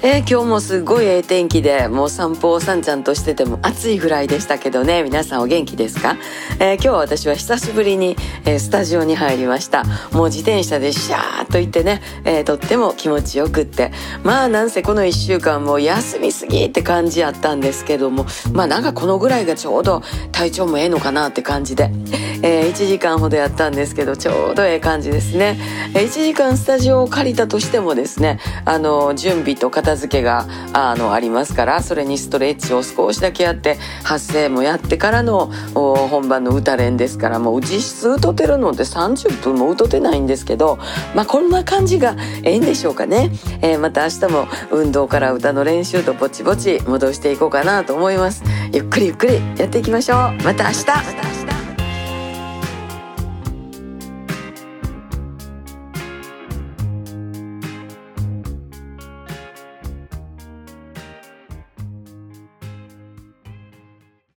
今日もすごい天気で、もう散歩をさんちゃんとしてても暑いぐらいでしたけどね、皆さんお元気ですか？今日は私は久しぶりに、スタジオに入りました。もう自転車でシャーっと行ってね、とっても気持ちよくって、まあなんせこの1週間も休みすぎって感じやったんですけども、まあなんかこのぐらいがちょうど体調もええのかなって感じで、1時間ほどやったんですけど、ちょうどええ感じですね。1時間スタジオを借りたとしてもですね、準備と片付けがありますから、それにストレッチを少しだけやって、発声もやってからの本番の歌練ですから、もう実質歌ってるので30分も歌ってないんですけど、まあこんな感じがええんでしょうかね。また明日も運動から歌の練習とぼちぼち戻していこうかなと思います。ゆっくりゆっくりやっていきましょう。また明日。